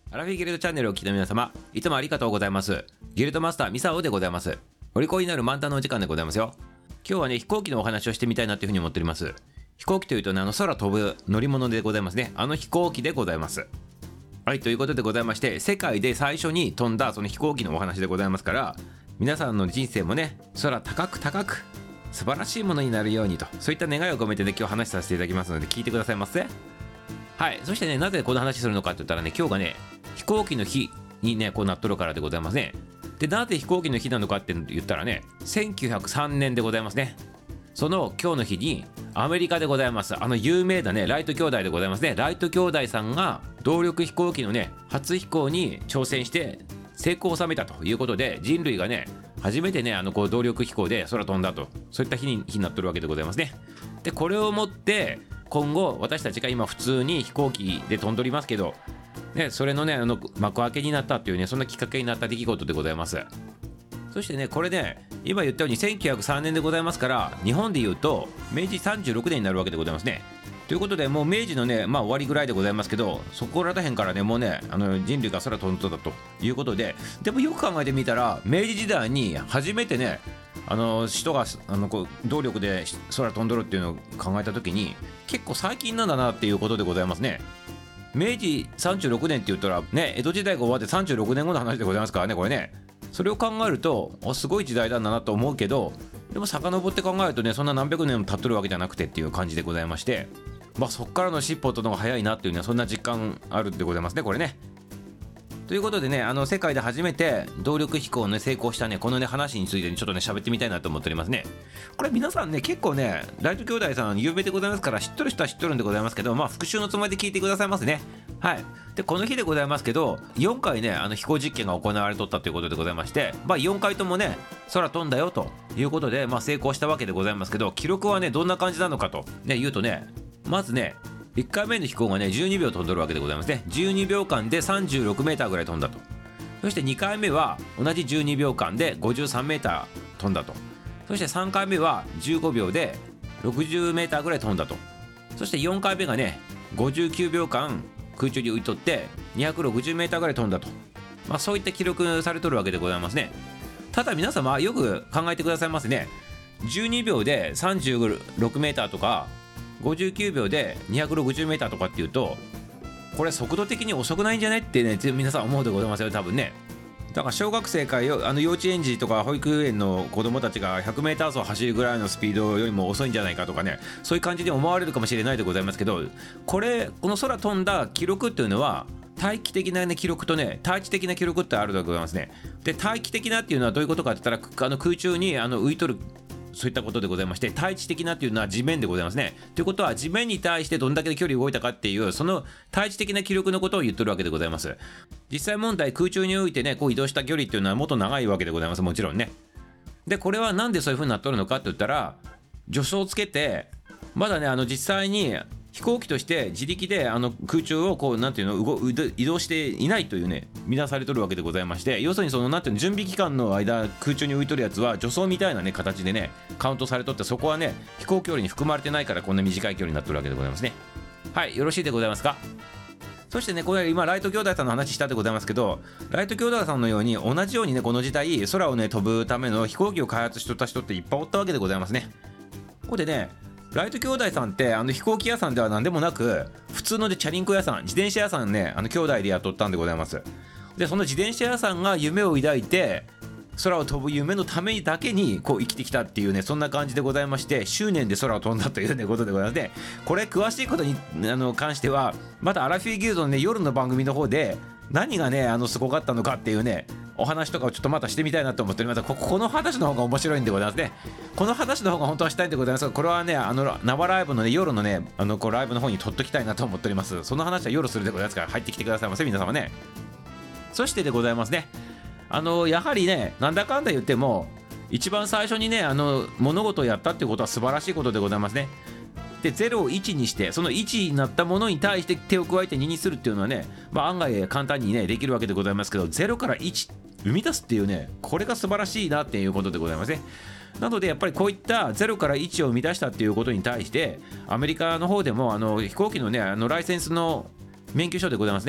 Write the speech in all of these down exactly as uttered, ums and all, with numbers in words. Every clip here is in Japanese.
アラフィギルドチャンネルをお聞きの皆様、いつもありがとうございます。ギルドマスターミサオでございます。お利口になる満タンのお時間でございますよ。今日はね、飛行機のお話をしてみたいなというふうに思っております。飛行機というとね、あの空飛ぶ乗り物でございますね。あの飛行機でございます。はい、ということでございまして、世界で最初に飛んだその飛行機のお話でございますから、皆さんの人生もね、空高く高く素晴らしいものになるようにと、そういった願いを込めてね、今日話させていただきますので聞いてくださいませ。はい、そしてね、なぜこの話するのかって言ったらね、今日がね、飛行機の日にね、こうなっとるからでございますね。で、なぜ飛行機の日なのかって言ったらね、せんきゅうひゃくさんねんでございますね。その今日の日にアメリカでございます、あの有名なね、ライト兄弟でございますね。ライト兄弟さんが動力飛行機のね、初飛行に挑戦して成功を収めたということで、人類がね、初めてね、あのこう動力飛行で空飛んだと、そういった日に日になっとるわけでございますね。で、これをもって今後私たちが今普通に飛行機で飛んどりますけど、ね、それのね、あの幕開けになったっていうね、そんなきっかけになった出来事でございます。そしてね、これね、今言ったようにせんきゅうひゃくさんねんでございますから、日本でいうとめいじさんじゅうろくねんになるわけでございますね。ということで、もう明治のね、まあ終わりぐらいでございますけど、そこら辺からね、もうね、あの人類が空飛んだということで、でもよく考えてみたら、明治時代に初めてね、あの人があのこう動力で空飛んどるっていうのを考えた時に、結構最近なんだなっていうことでございますね。明治さんじゅうろくねんって言ったらね、江戸時代が終わってさんじゅうろくねんごの話でございますからね、これね。それを考えるとすごい時代だなと思うけど、でも遡って考えるとね、そんな何百年も経っとるわけじゃなくてっていう感じでございまして、まあそっからの尻尾とのが早いなっていうね、そんな実感あるでございますね、これね。ということでね、あの世界で初めて動力飛行をね成功したね、このね話について、ね、ちょっとね喋ってみたいなと思っておりますね。これ皆さんね、結構ね、ライト兄弟さん有名でございますから、知っとる人は知っとるんでございますけど、まあ復習のつもりで聞いてくださいますね。はい。で、この日でございますけど、よんかいね、あの飛行実験が行われとったということでございまして、まあよんかいともね、空飛んだよということで、まあ成功したわけでございますけど、記録はね、どんな感じなのかとね言うとね、まずね、いっかいめの飛行がねじゅうにびょう飛んどるわけでございますね。じゅうにびょうかんでさんじゅうろくメーターぐらい飛んだと。そしてにかいめは同じじゅうにびょうかんでごじゅうさんメーター飛んだと。そしてさんかいめはじゅうごびょうでろくじゅうメーターぐらい飛んだと。そしてよんかいめがねごじゅうきゅうびょうかん空中に浮いとってにひゃくろくじゅうメーターぐらい飛んだと。まあそういった記録されとるわけでございますね。ただ皆様よく考えてくださいますね。じゅうにびょうでさんじゅうろくメーターとかごじゅうきゅうびょうでにひゃくろくじゅうメーターとかっていうと、これ速度的に遅くないんじゃねってね、皆さん思うでございますよ、多分ね。だから小学生かよ、あの幼稚園児とか保育園の子供たちがひゃくメーター走走るぐらいのスピードよりも遅いんじゃないかとかね、そういう感じに思われるかもしれないでございますけど、これこの空飛んだ記録っていうのは大気的な、ね、記録とね、対地的な記録ってあるでございますね。で、大気的なっていうのはどういうことかって言ったら、あの空中にあの浮いとる、そういったことでございまして、対地的なっていうのは地面でございますね。ということは、地面に対してどんだけの距離動いたかっていう、その対地的な記録のことを言ってるわけでございます。実際問題、空中においてね、こう移動した距離っていうのはもっと長いわけでございます、もちろんね。で、これはなんでそういう風になっとるのかって言ったら、助走をつけて、まだね、あの実際に飛行機として自力であの空中をこうなんていうの動移動していないというね、見なされとるわけでございまして、要するにそのなんていうの、準備期間の間空中に浮いとるやつは助走みたいなね形でねカウントされとって、そこはね飛行距離に含まれてないから、こんな短い距離になってるわけでございますね。はい、よろしいでございますか。そしてね、これ今ライト兄弟さんの話したでございますけど、ライト兄弟さんのように同じようにね、この時代空をね飛ぶための飛行機を開発しとった人っていっぱいおったわけでございますね。ここでね、ライト兄弟さんってあの飛行機屋さんでは何でもなく、普通のでチャリンコ屋さん、自転車屋さんね、あの兄弟で雇ったんでございます。で、その自転車屋さんが夢を抱いて空を飛ぶ夢のためにだけにこう生きてきたっていうね、そんな感じでございまして、執念で空を飛んだというねことでございますね。これ詳しいことにあの関しては、またアラフィーギルドのね夜の番組の方で何がねあのすごかったのかっていうねお話とかをちょっとまたしてみたいなと思っております。ここの話の方が面白いんでございますね。この話の方が本当はしたいんでございますが、これはね、あの生ライブのね夜のねあのこうライブの方に撮っときたいなと思っております。その話は夜するでございますから、入ってきてくださいませ、皆様ね。そしてでございますね、あのやはりね、なんだかんだ言っても一番最初にねあの物事をやったっていうことは素晴らしいことでございますね。で、ゼロをいちにして、そのいちになったものに対して手を加えてににするっていうのはね、まあ、案外簡単にねできるわけでございますけど、ゼロからいち生み出すっていうね、これが素晴らしいなっていうことでございますね。なのでやっぱりこういったゼロからいちを生み出したっていうことに対して、アメリカの方でもあの飛行機のねあのライセンスの免許証でございますね、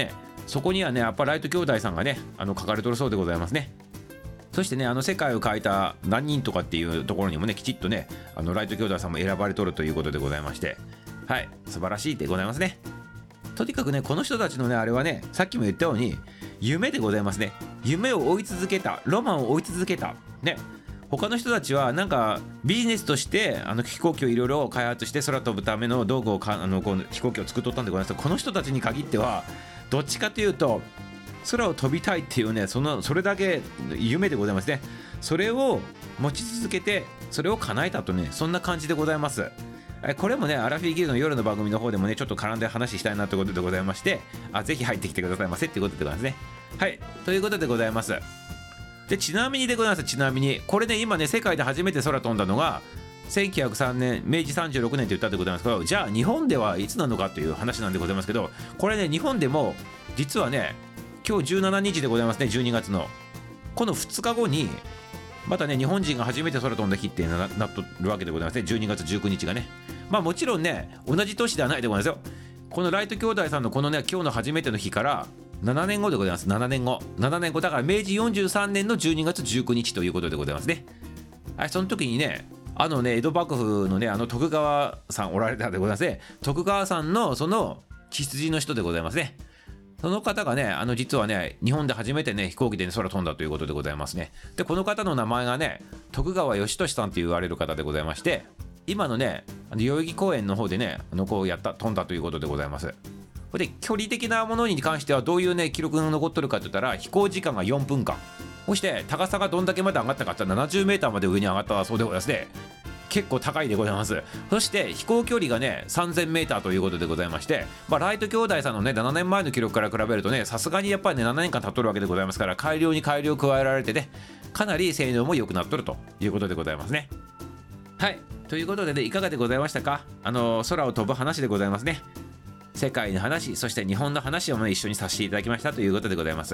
そこにはねやっぱライト兄弟さんがねあの書かれとるそうでございますね。そしてねあの世界を変えた何人とかっていうところにもねきちっとねあのライト兄弟さんも選ばれとるということでございまして、はい素晴らしいでございますね。とにかくねこの人たちのねあれはねさっきも言ったように夢でございますね。夢を追い続けた、ロマンを追い続けたね。他の人たちはなんかビジネスとしてあの飛行機をいろいろ開発して空飛ぶための道具をかあのこう飛行機を作っとったんでございますが、この人たちに限ってはどっちかというと空を飛びたいっていうねそのそれだけ夢でございますね。それを持ち続けてそれを叶えたとねそんな感じでございます。これもねアラフィーギルドの夜の番組の方でもねちょっと絡んで話したいなということでございまして、あぜひ入ってきてくださいませっていうことでございますね。はいということでございます。でちなみにでございますちなみにこれね今ね世界で初めて空飛んだのがせんきゅうひゃくさんねんめいじさんじゅうろくねんと言ったでございますけど、じゃあ日本ではいつなのかという話なんでございますけど、これね日本でも実はね今日じゅうしちにちでございますね。じゅうにがつのこのふつかごにまたね日本人が初めて空飛んだ日ってな, なっとるわけでございますね。じゅうにがつじゅうくにちがね、まあもちろんね同じ年ではないでございますよ。このライト兄弟さんのこのね今日の初めての日からななねんごでございます。ななねんごななねんごだからめいじよんじゅうさんねんのじゅうにがつじゅうくにちということでございますね。はい、その時にねあのね江戸幕府のねあの徳川さんおられたでございますね。徳川さんのその血筋の人でございますね。その方がねあの実はね日本で初めてね飛行機で、ね、空飛んだということでございますね。でこの方の名前がね徳川義俊さんと言われる方でございまして、今のねあの代々木公園の方でねあのこうやった飛んだということでございます。で距離的なものに関してはどういうね記録が残ってるかといったら飛行時間がよんぷんかん、そして高さがどんだけまで上がったかってななじゅうメーターまで上に上がったそうでございますね。結構高いでございます。そして飛行距離がねさんぜんメーターということでございまして、まあ、ライト兄弟さんのねななねんまえの記録から比べるとねさすがにやっぱりねななねんかん経っとるわけでございますから、改良に改良を加えられてねかなり性能も良くなっとるということでございますね。はいということでねいかがでございましたか。あの空を飛ぶ話でございますね。世界の話そして日本の話を、ね、一緒にさせていただきましたということでございます。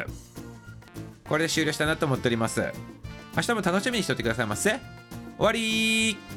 これで終了したいなと思っております。明日も楽しみにしておいてくださいませ。終わりー。